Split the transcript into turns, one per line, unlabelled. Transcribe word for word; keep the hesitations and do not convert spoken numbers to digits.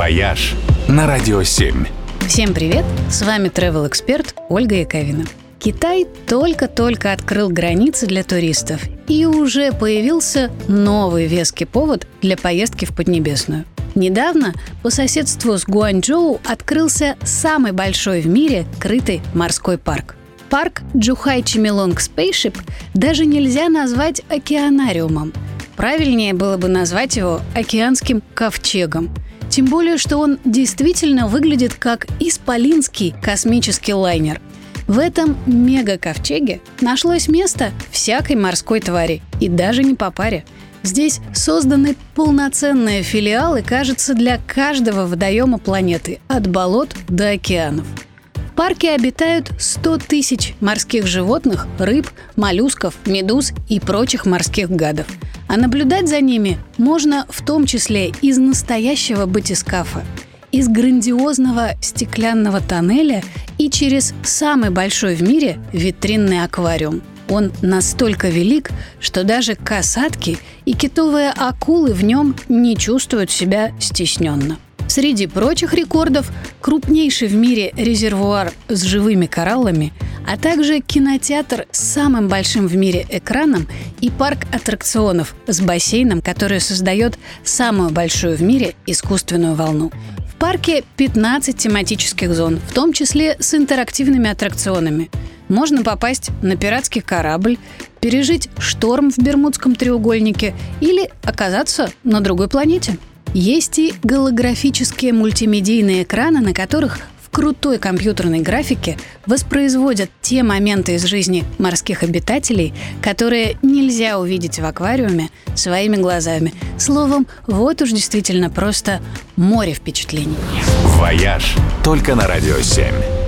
«Вояж» на Радио семь.
Всем привет! С вами travel-эксперт Ольга Яковина. Китай только-только открыл границы для туристов, и уже появился новый веский повод для поездки в Поднебесную. Недавно по соседству с Гуанчжоу открылся самый большой в мире крытый морской парк. Парк Чжухай Чимелонг Спейшип даже нельзя назвать океанариумом. Правильнее было бы назвать его океанским ковчегом. Тем более, что он действительно выглядит как исполинский космический лайнер. В этом мега-ковчеге нашлось место всякой морской твари, и даже не по паре. Здесь созданы полноценные филиалы, кажется, для каждого водоема планеты, от болот до океанов. В парке обитают сто тысяч морских животных, рыб, моллюсков, медуз и прочих морских гадов. А наблюдать за ними можно в том числе из настоящего батискафа, из грандиозного стеклянного тоннеля и через самый большой в мире витринный аквариум. Он настолько велик, что даже касатки и китовые акулы в нем не чувствуют себя стесненно. Среди прочих рекордов крупнейший в мире резервуар с живыми кораллами, а также кинотеатр с самым большим в мире экраном и парк аттракционов с бассейном, который создает самую большую в мире искусственную волну. В парке пятнадцать тематических зон, в том числе с интерактивными аттракционами. Можно попасть на пиратский корабль, пережить шторм в Бермудском треугольнике или оказаться на другой планете. Есть и голографические мультимедийные экраны, на которых в крутой компьютерной графике воспроизводят те моменты из жизни морских обитателей, которые нельзя увидеть в аквариуме своими глазами. Словом, вот уж действительно просто море впечатлений.
«Вояж» только на Радио семь.